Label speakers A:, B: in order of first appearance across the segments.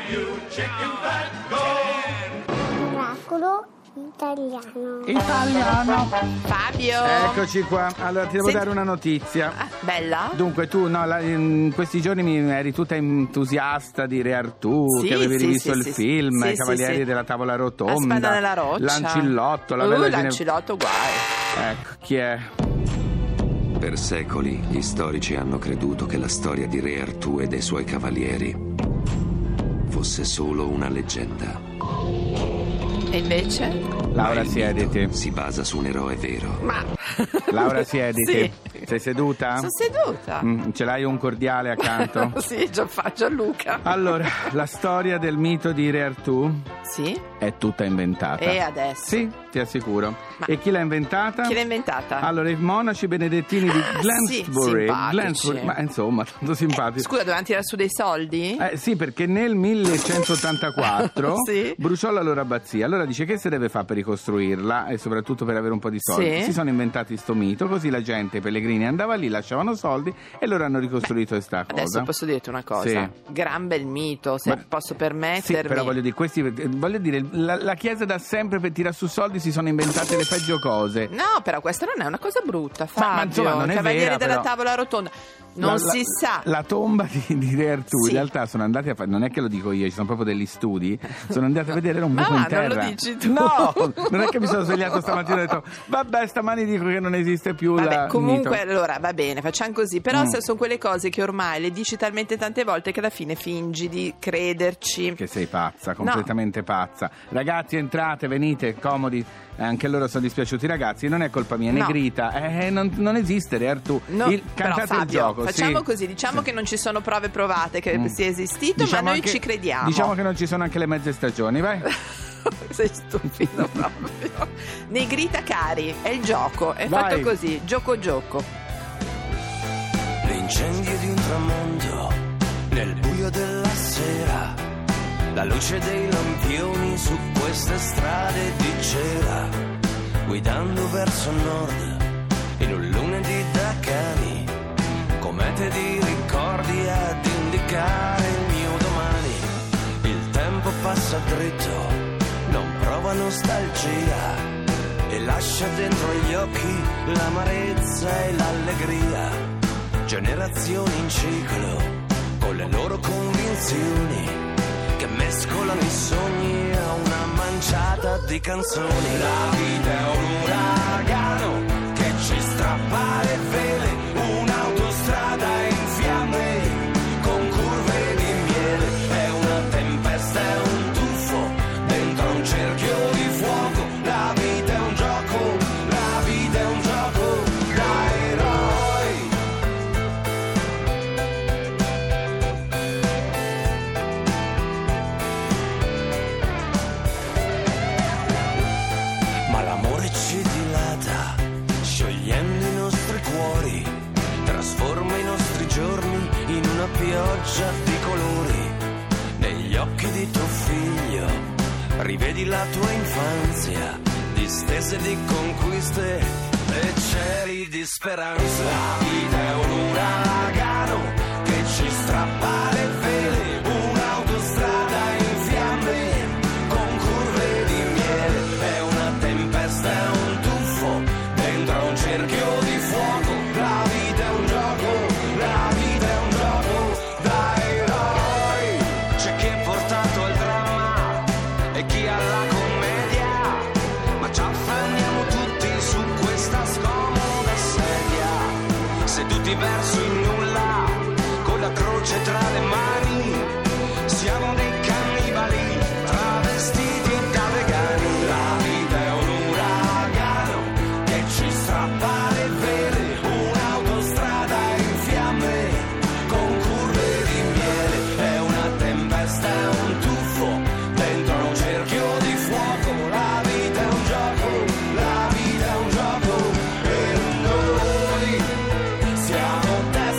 A: you chicken fat, go!
B: Oracolo italiano.
C: Fabio.
D: Eccoci qua. Allora ti devo dare una notizia.
C: Bella?
D: Dunque tu in questi giorni mi eri tutta entusiasta di Re Artù,
C: Sì,
D: che avevi
C: sì,
D: rivisto
C: sì,
D: il
C: sì,
D: film,
C: sì,
D: I Cavalieri
C: sì.
D: della Tavola
C: La
D: Rotonda,
C: Spada nella Roccia,
D: Lancillotto, la bella
C: Lancillotto, guai.
D: Ecco, chi è?
E: Per secoli gli storici hanno creduto che la storia di Re Artù e dei suoi cavalieri fosse solo una leggenda.
C: E invece?
D: Laura,
E: Ma il
D: siediti.
E: mito si basa su un eroe vero.
C: Ma
D: Laura, siediti.
C: Sì.
D: Sei seduta?
C: sono seduta.
D: Ce l'hai un cordiale accanto?
C: Sì, Gianluca.
D: Allora, la storia del mito di Re Artù
C: Sì?
D: è tutta inventata.
C: E adesso?
D: Sì, ti assicuro.
C: Ma
D: E chi l'ha inventata?
C: Chi l'ha inventata?
D: Allora, i monaci benedettini di Glansbury.
C: simpatici.
D: Ma insomma, tanto simpatici.
C: Scusa, dovevano tirare su dei soldi?
D: Sì, perché nel 1184
C: Sì.
D: bruciò la loro abbazia. Allora dice: che si deve fare per ricostruirla e soprattutto per avere un po' di soldi?
C: Sì.
D: Si sono inventati sto mito, così la gente, i pellegrini, andava lì, lasciavano soldi e loro hanno ricostruito questa cosa.
C: Adesso posso dirti una cosa.
D: Sì.
C: Gran bel mito, se
D: Ma-
C: posso permettermi.
D: Sì, però voglio dire, la Chiesa da sempre per tirare su soldi si sono inventate le peggio cose.
C: No, però questa non è una cosa brutta, Fabio.
D: insomma, non è
C: Cavalieri
D: vera,
C: della
D: però.
C: Tavola Rotonda. Non si sa.
D: La tomba di Re Artù,
C: Sì.
D: in realtà sono andati a fare, non è che lo dico io, ci sono proprio degli studi, sono andati a vedere, era un
C: Ma
D: buco in
C: va, non
D: terra.
C: lo dici tu.
D: No, non è che mi sono svegliato stamattina e ho detto, vabbè, stamani dico che non esiste più
C: Vabbè, comunque
D: mito.
C: allora va bene, facciamo così. Però se sono quelle cose che ormai le dici talmente tante volte che alla fine fingi di crederci.
D: Che sei pazza, completamente pazza. Ragazzi, entrate, venite, comodi. Anche loro sono dispiaciuti, ragazzi. Non è colpa mia,
C: No.
D: Negrita. Non esiste Re Artù.
C: No, però
D: Cantate
C: Fabio,
D: il gioco.
C: facciamo
D: sì.
C: così, diciamo che non ci sono prove provate che sia esistito,
D: Diciamo
C: ma noi
D: anche-
C: ci crediamo.
D: Diciamo che non ci sono anche le mezze stagioni, vai.
C: Sei stupido proprio. Negrita cari, è il gioco, è
D: Vai.
C: fatto così, gioco.
F: L'incendio di un tramonto nel buio della sera, la luce dei lampioni su queste strade di cera, guidando verso nord in un lunedì da cani, comete di ricordi ad indicare il mio domani. Il tempo passa dritto, non prova nostalgia e lascia dentro gli occhi l'amarezza e l'allegria. Generazioni in ciclo con le loro convinzioni che mescolano i sogni a una manciata di canzoni. La vita è un uragano che ci strappa le vele, un'autostrada in fiamme con curve di miele. È una tempesta, è un tuffo dentro un cerchio di fuoco. La vita è un gioco, la vita è un gioco da eroi. Ma l'amore ci dilata, sciogliendo i nostri cuori, trasforma i nostri giorni in una pioggia di colori. Negli occhi di tuo figlio rivedi la tua infanzia, distese di conquiste e cieli di speranza. La vita è un uragano che ci strappa le vele, un'autostrada in fiamme con curve di miele. È una tempesta, è un tuffo dentro un cerchio di fuoco. La vita è un gioco, la vita è un gioco da eroi. C'è chi è portato al dramma e chi alla commedia, ma ci affanniamo tutti su questa scomoda sedia, seduti verso il nulla con la croce tra le mani. Siamo dei cannibali travestiti da vegani. La vita è un uragano che ci strappa le vele, un'autostrada in fiamme con curve di miele. È una tempesta, è un tuffo dentro un cerchio di fuoco. La vita è un gioco, la vita è un gioco e noi siamo testa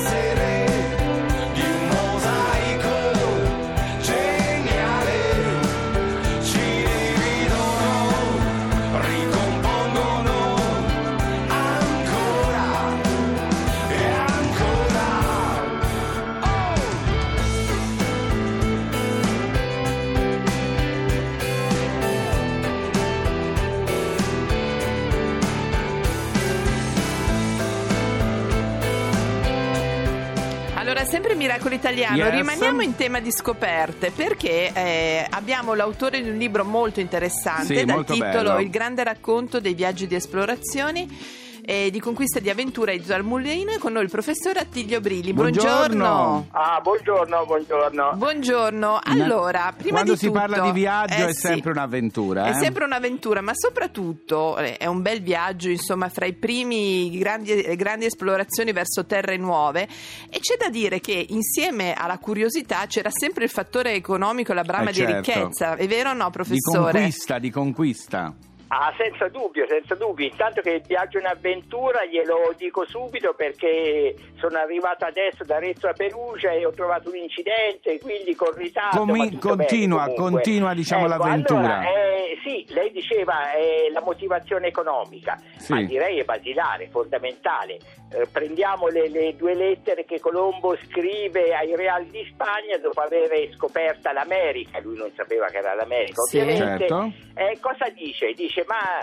C: sempre Miracolo Italiano.
D: Yes.
C: Rimaniamo in tema di scoperte, perché abbiamo l'autore di un libro molto interessante,
D: Sì,
C: dal
D: molto
C: titolo
D: bello.
C: Il grande racconto dei viaggi di esplorazioni e di conquista e di avventura di Dal Mulino, e con noi il professor Attilio Brilli.
D: Buongiorno.
B: Buongiorno.
C: Buongiorno. Allora, prima
D: Quando
C: di
D: si
C: tutto,
D: parla di viaggio è
C: sì,
D: sempre un'avventura.
C: è sempre un'avventura, ma soprattutto è un bel viaggio, insomma, fra i primi grandi esplorazioni verso terre nuove. E c'è da dire che insieme alla curiosità c'era sempre il fattore economico e la brama di
D: certo.
C: ricchezza. È vero o no, professore?
D: Di conquista.
B: Ah, senza dubbio. Intanto che il viaggio in avventura glielo dico subito, perché sono arrivato adesso da Arezzo a Perugia e ho trovato un incidente, quindi con ritardo. ma tutto bene,
D: continua diciamo
B: ecco,
D: l'avventura.
B: Allora, sì, lei diceva la motivazione economica,
D: Sì.
B: ma direi è basilare, fondamentale. Prendiamo le 2 lettere che Colombo scrive ai reali di Spagna dopo aver scoperta l'America. Lui non sapeva che era l'America,
C: Sì.
B: ovviamente.
D: Certo.
B: Cosa dice? Dice, ma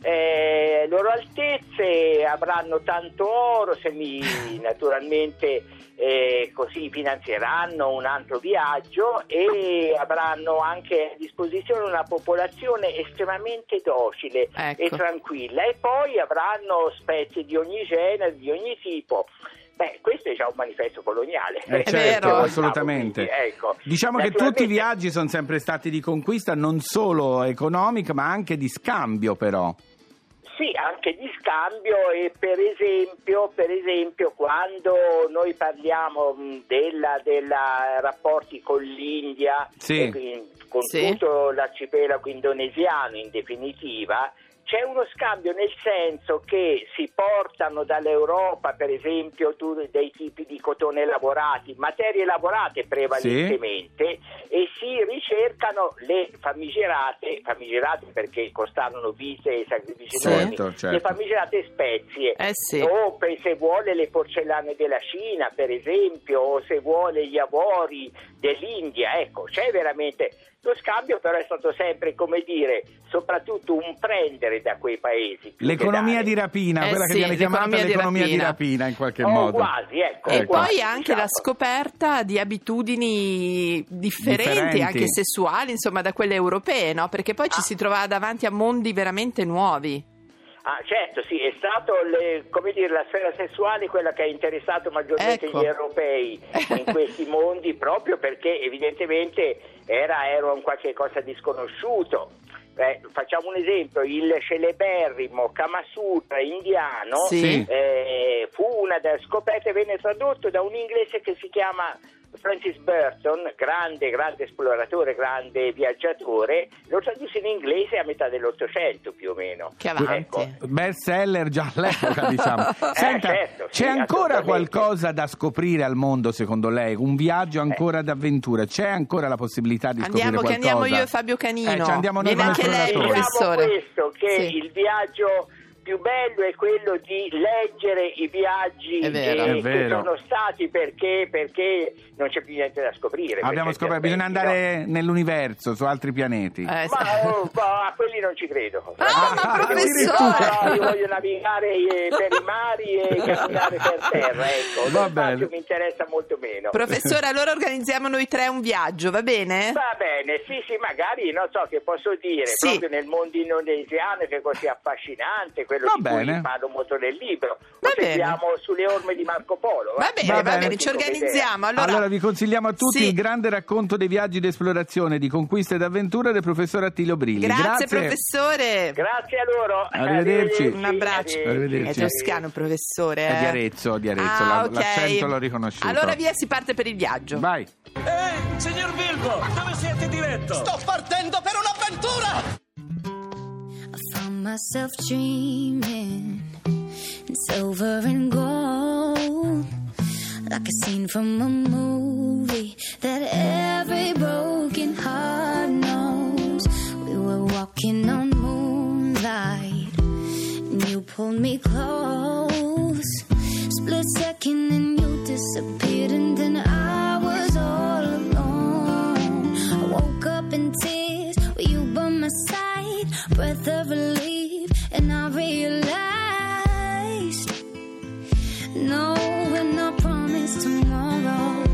B: loro altezze avranno tanto oro se naturalmente così finanzieranno un altro viaggio, e avranno anche a disposizione una popolazione estremamente docile e tranquilla, e poi avranno spezie di ogni genere, di ogni tipo. Questo è già un manifesto coloniale.
D: Certo,
C: vero.
D: assolutamente.
B: Quindi, ecco.
D: Diciamo che tutti i viaggi sono sempre stati di conquista, non solo economica, ma anche di scambio, però.
B: Sì, anche di scambio, e per esempio quando noi parliamo della rapporti con l'India,
D: Sì.
B: con
C: Sì.
B: tutto l'arcipelago indonesiano in definitiva, c'è uno scambio, nel senso che si portano dall'Europa, per esempio, dei tipi di cotone lavorati, materie lavorate prevalentemente, e si ricercano le famigerate perché costavano vite e sacrifici enormi,
D: Certo.
B: le famigerate spezie,
C: Sì.
B: o se vuole le porcellane della Cina, per esempio, o se vuole gli avori dell'India. Ecco, c'è veramente lo scambio, però è stato sempre, come dire, soprattutto un prendere da quei paesi.
D: L'economia di rapina, quella che viene chiamata l'economia di rapina in qualche modo.
B: Quasi, ecco.
C: E poi anche la scoperta di abitudini differenti, anche sessuali, insomma, da quelle europee, no? Perché poi ci si trovava davanti a mondi veramente nuovi.
B: Ah, certo, sì, è stato la sfera sessuale quella che ha interessato maggiormente
C: Ecco.
B: gli europei in questi mondi, proprio perché evidentemente era un qualche cosa di sconosciuto. Facciamo un esempio: il celeberrimo Kama Sutra indiano
C: Sì.
B: fu una delle scoperte, venne tradotto da un inglese che si chiama Francis Burton, grande esploratore, grande viaggiatore. Lo tradusse in inglese a metà dell'Ottocento più o meno.
C: Che avanti.
B: Ecco.
D: Best seller già all'epoca, diciamo. Senta,
B: certo, sì,
D: c'è ancora
B: assolutamente.
D: qualcosa da scoprire al mondo, secondo lei? Un viaggio ancora d'avventura? C'è ancora la possibilità di scoprire
C: Andiamo, che
D: qualcosa?
C: andiamo io e Fabio Canino.
D: Ci andiamo noi
C: Viene
D: come
C: anche lei,
D: esploratori.
C: professore.
B: Diciamo questo, che
C: Sì.
B: il viaggio più bello è quello di leggere i viaggi
C: È vero.
D: È
B: che
D: vero.
B: sono stati, perché non c'è più niente da scoprire.
D: Abbiamo scoperto, bisogna andare nell'universo, su altri pianeti.
B: Ma a quelli non ci credo.
C: ma professore!
B: No, io voglio navigare per i mari e camminare per terra, ecco.
D: Va
B: Lo spazio
D: bene.
B: mi interessa molto meno.
C: Professore, allora organizziamo noi 3 un viaggio, va bene?
B: Va bene, sì, magari, non so che posso dire,
C: Sì.
B: proprio nel mondo indonesiano, che è così affascinante, quello
D: Va
B: di
D: bene.
B: cui parlo molto nel libro.
C: Va
B: Lo
C: bene.
B: seguiamo sulle orme di Marco Polo.
C: Va bene,
D: Va bene.
C: ci organizziamo. Allora,
D: vi consigliamo a tutti
C: Sì.
D: il grande racconto dei viaggi d'esplorazione, di conquista ed avventura del professor Attilio Brilli.
C: grazie professore.
B: Grazie a loro.
D: Arrivederci.
C: Un abbraccio.
D: Arrivederci.
C: È toscano, professore.
D: È di Arezzo,
C: Ah, ok.
D: l'accento l'ho riconosciuto.
C: Allora via, si parte per il viaggio.
D: Vai.
A: Ehi, signor Bilbo, dove siete diretto?
G: Sto partendo per un'avventura!
H: I found myself dreaming in silver and gold, like a scene from a movie that every broken heart knows. We were walking on moonlight, and you pulled me close. Split second and you disappeared, and then I was all alone. I woke up in tears with you by my side, breath of relief, and I realized, no, we're not promised tomorrow.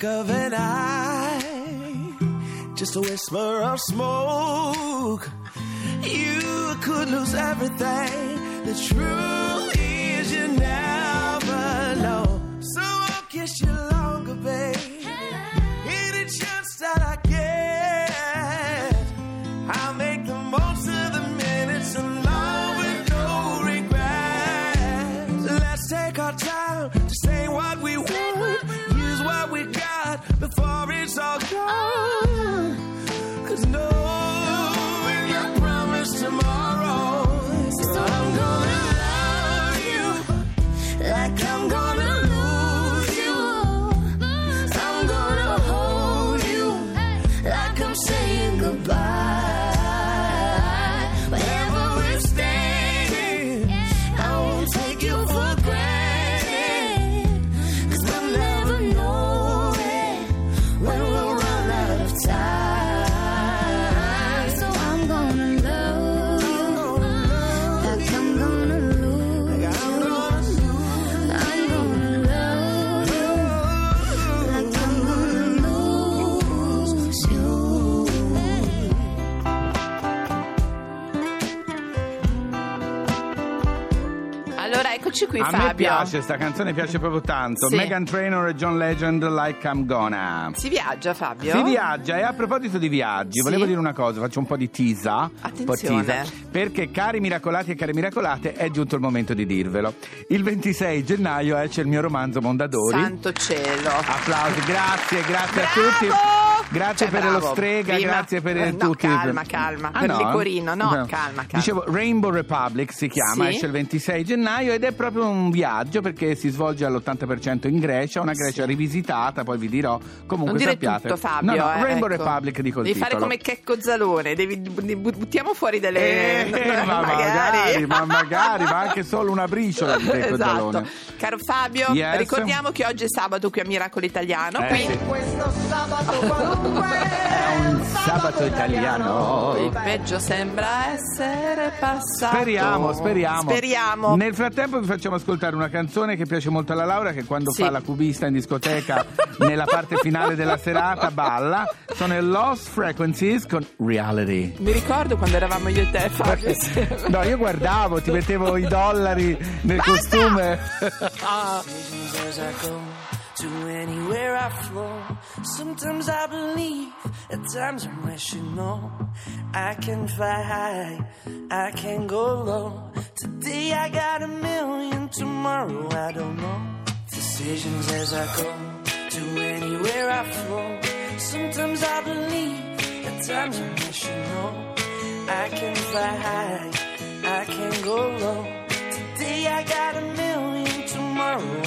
F: blink of an eye, just a whisper of smoke. You could lose everything. The truth is you never know. So I'll kiss you longer, babe. Any chance that I get, I'll make the most of the minutes alone with no regrets. Let's take our time to say what we want, use what we got before it's all gone. 'Cause knowing I promise tomorrow, so I'm gonna love you like I'm gonna lose you. I'm gonna hold you like I'm saying goodbye. Wherever we're standing, I won't take you for granted. 'Cause we'll never know it when we'll run out of time. So I'm gonna love you like I'm gonna lose you. I'm gonna love you like I'm gonna lose you.
C: Allora eccoci qui,
D: A
C: Fabio.
D: me piace, sta canzone piace proprio tanto.
C: Sì.
D: Meghan Trainor e John Legend, Like I'm Gonna.
C: Si viaggia, Fabio?
D: Si viaggia, e a proposito di viaggi,
C: Sì.
D: volevo dire una cosa, faccio un po' di teaser.
C: Attenzione.
D: Perché, cari miracolati e cari miracolate, è giunto il momento di dirvelo. Il 26 gennaio esce il mio romanzo Mondadori.
C: Santo cielo.
D: Applausi, grazie a
C: Bravo!
D: tutti. Grazie
C: Cioè,
D: per
C: bravo.
D: lo strega,
C: Prima-
D: grazie per
C: no,
D: tutti.
C: calma, per
D: no?
C: Liquorino, no, calma.
D: Dicevo, Rainbow Republic si chiama,
C: Sì.
D: esce il 26 gennaio ed è proprio un viaggio perché si svolge all'80% in Grecia, una Grecia rivisitata, poi vi dirò. Comunque
C: Non dire
D: sappiate.
C: tutto, Fabio.
D: No, Rainbow
C: ecco.
D: Republic dico il
C: Devi fare
D: titolo.
C: come Checco Zalone, buttiamo fuori delle...
D: ma magari, ma anche solo una briciola di Checco
C: Esatto.
D: Zalone.
C: Caro Fabio,
D: Yes.
C: ricordiamo che oggi è sabato qui a Miracolo Italiano, quindi
D: Sì.
G: Questo sabato qualunque
D: È un sabato italiano.
C: il peggio sembra essere passato.
D: Speriamo. Nel frattempo vi facciamo ascoltare una canzone che piace molto alla Laura, che quando
C: Sì.
D: fa la cubista in discoteca nella parte finale della serata balla. Sono i Lost Frequencies con Reality.
C: Mi ricordo quando eravamo io e te, Fabio.
D: No, io guardavo, ti mettevo i dollari nel costume.
F: As I go to anywhere I flow, sometimes I believe, at times I'm wishing no. I can fly high, I can go low. Today I got a million, tomorrow I don't know. Decisions as I go to anywhere I flow. Sometimes I believe, at times I'm wishing no. I can fly high, I can go low. Today I got a million, tomorrow